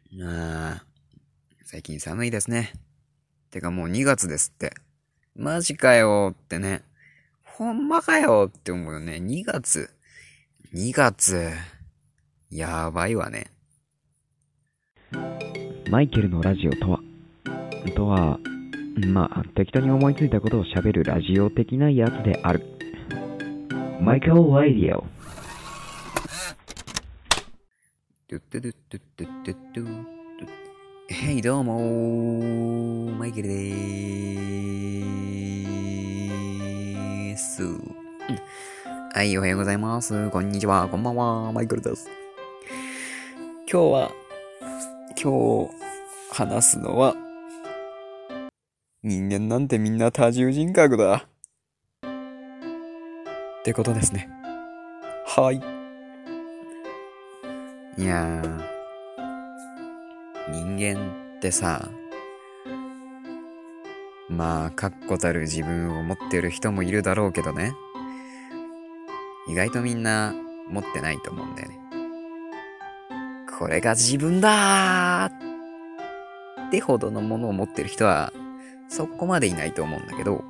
あ最近寒いですね。てかもう2月ですって。マジかよってね。ほんまかよって思うよね。2月。2月。やばいわね。 マイケルのラジオとは、適当に思いついたことを喋るラジオ的なやつである。マイケル・ラディオ。 トゥットゥトゥトゥトゥトゥトゥ。へいどうもー。マイケルでーす。はい、おはようございます。こんにちは。こんばんは。マイケルです。今日話すのは、人間なんてみんな多重人格だ。ってことですね。はい。いやー、人間ってさ、確固たる自分を持ってる人もいるだろうけどね。意外とみんな持ってないと思うんだよね。これが自分だーってほどのものを持ってる人は、そこまでいないと思うんだけど、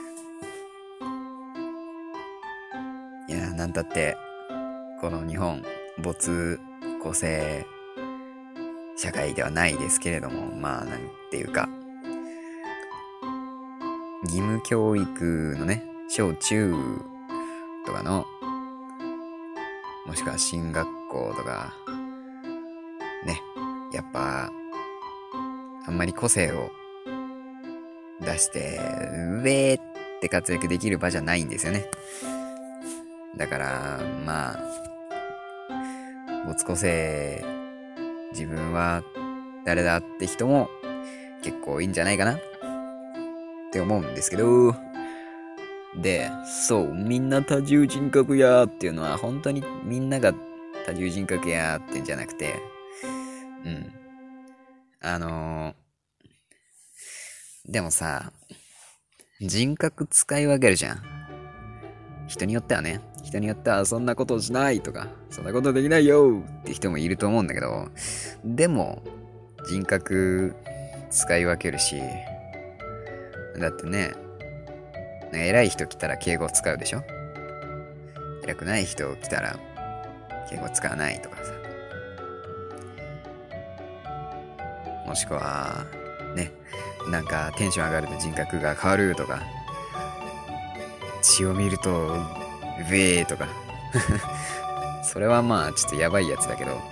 いやなんたって、この日本、没個性社会ではないですけれども、なんていうか、義務教育のね、小中とかの、もしくは進学校とか、ね、やっぱ、あんまり個性を出して、うえーって活躍できる場じゃないんですよね。だから、没個性、自分は誰だって人も結構いいんじゃないかなって思うんですけど、で、そう、みんな多重人格やーっていうのは、本当にみんなが多重人格やーってんじゃなくて、うん。あのでもさ、人格使い分けるじゃん。人によってはそんなことをしないとか、そんなことできないよって人もいると思うんだけど、でも、人格使い分けるし、だってね、偉い人来たら敬語使うでしょ。偉くない人来たら敬語使わないとかさ。もしくは、ね、なんかテンション上がると人格が変わるとか、血を見ると、ウェーとか。それはちょっとやばいやつだけど、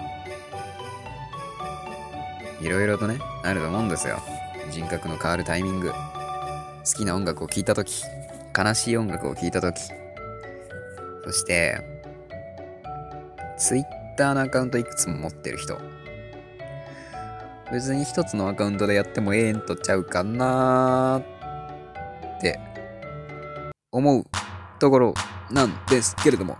いろいろとね、あると思うんですよ。人格の変わるタイミング。好きな音楽を聴いたとき、悲しい音楽を聴いたとき、そして、ツイッターのアカウントいくつも持ってる人。別に一つのアカウントでやってもええんとちゃうかなーって思うところなんですけれども。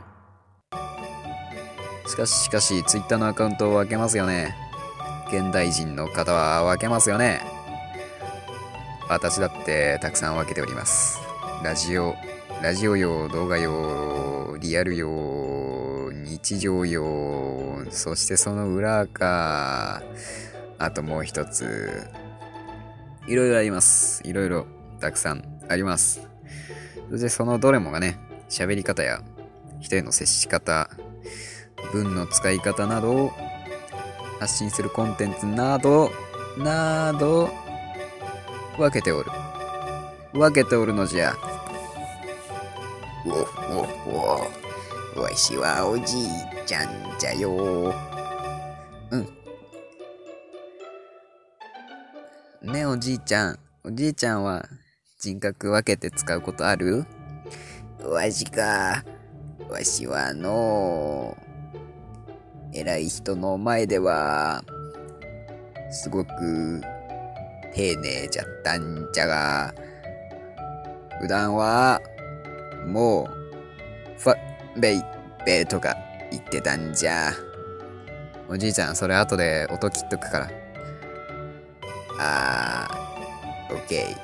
しかし、ツイッターのアカウントを分けますよね。現代人の方は分けますよね。私だってたくさん分けております。ラジオ用、動画用、リアル用、日常用、そしてその裏か、あともう一つ、いろいろあります。いろいろたくさんあります。そしてそのどれもがね、喋り方や人への接し方、文の使い方などを発信するコンテンツなど分けておる。分けておるのじゃ。おわしはおじいちゃんじゃよ。うん。ね、おじいちゃん。おじいちゃんは人格分けて使うことある？わしか。わしは偉い人の前では、すごく丁寧じゃったんじゃが、普段は、もう、ベイベーとか言ってたんじゃ。おじいちゃん、それ後で音切っとくから。オッケ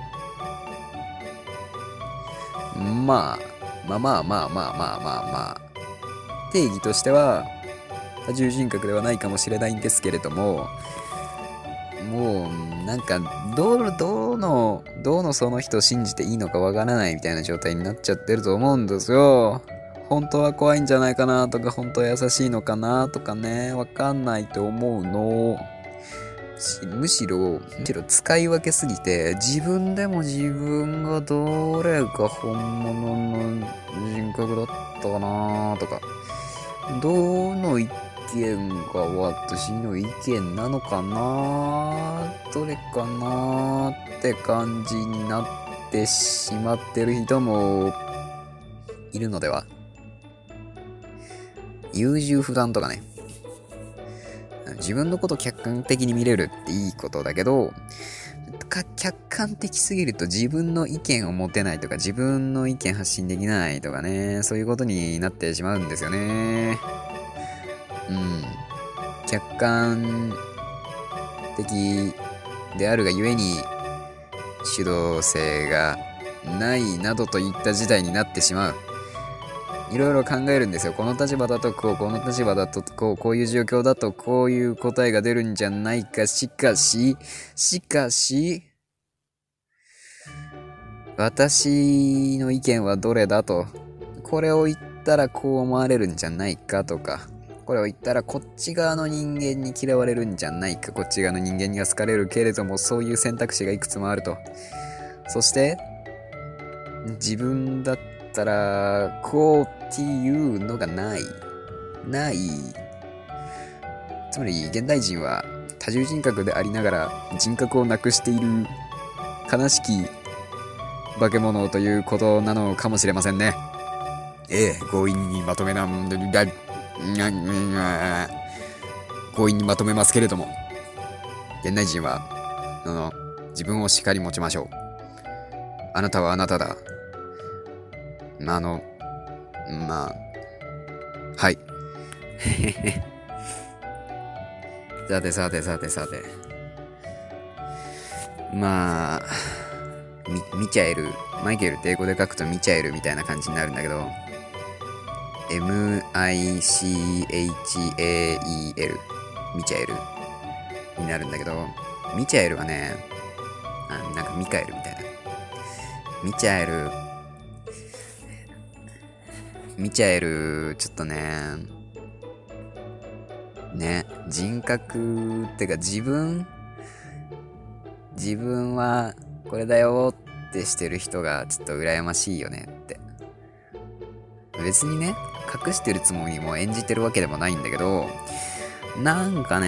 ー。まあ。定義としては、 多重人格ではないかもしれないんですけれども、もうなんかどのその人を信じていいのかわからないみたいな状態になっちゃってると思うんですよ。本当は怖いんじゃないかなとか、本当は優しいのかなとかね、わかんないと思うの。むしろ使い分けすぎて、自分でも自分がどれが本物の人格だったかなとか、どの意見が私の意見なのかな、どれかなって感じになってしまってる人もいるのでは。優柔不断とかね、自分のことを客観的に見れるっていいことだけど、客観的すぎると自分の意見を持てないとか、自分の意見発信できないとかね、そういうことになってしまうんですよね。客観的であるがゆえに主導性がないなどといった事態になってしまう。いろいろ考えるんですよ。この立場だとこう、この立場だとこう、こういう状況だとこういう答えが出るんじゃないか。しかし、私の意見はどれだと。これを言ったらこう思われるんじゃないかとか。これを言ったらこっち側の人間に嫌われるんじゃないか。こっち側の人間には好かれるけれども、そういう選択肢がいくつもあると。そして、自分だったらこうっていうのがない。つまり現代人は多重人格でありながら人格をなくしている悲しき化け物ということなのかもしれませんね。強引にまとめますけれども、現代人は自分をしっかり持ちましょう。あなたはあなただ。はい。さて。ミチャエル、マイケルって英語で書くとミチャエルみたいな感じになるんだけど、MICHAEL、ミチャエルになるんだけど、ミチャエルはね、なんかミカエルみたいな。ミチャエル、ちょっとね、人格ってか自分はこれだよってしてる人がちょっと羨ましいよねって。別にね、隠してるつもりも演じてるわけでもないんだけど、なんだ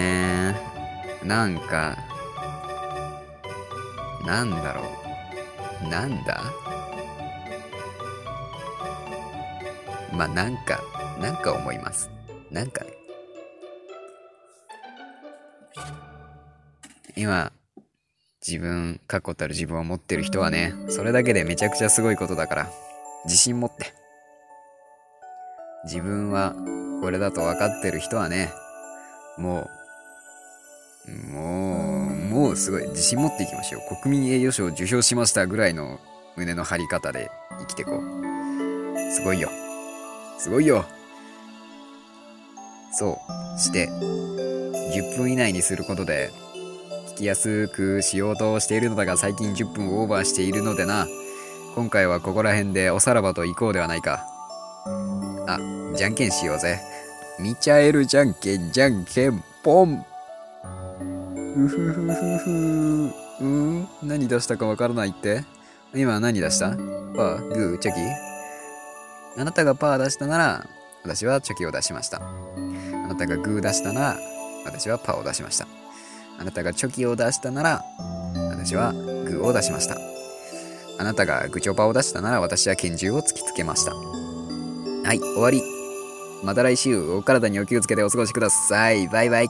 ろう。なんか思います。今、確固たる自分を持ってる人はね、それだけでめちゃくちゃすごいことだから、自信持って。自分はこれだと分かってる人はね、もうすごい自信持っていきましょう。国民栄誉賞を受賞しましたぐらいの胸の張り方で生きてこう。すごいよ。そうして10分以内にすることで聞きやすくしようとしているのだが、最近10分オーバーしているのでな。今回はここら辺でおさらばと行こうではないか。じゃんけんしようぜ。ミチャエルじゃんけんポン。何出したかわからないって。今何出した？パー、グー、チョキ。あなたがパー出したなら私はチョキを出しました。あなたがグー出したなら私はパーを出しました。あなたがチョキを出したなら私はグーを出しました。あなたがグチョパを出したなら私は拳銃を突きつけました。はい、終わり。また来週お体にお気をつけてお過ごしください。バイバイ。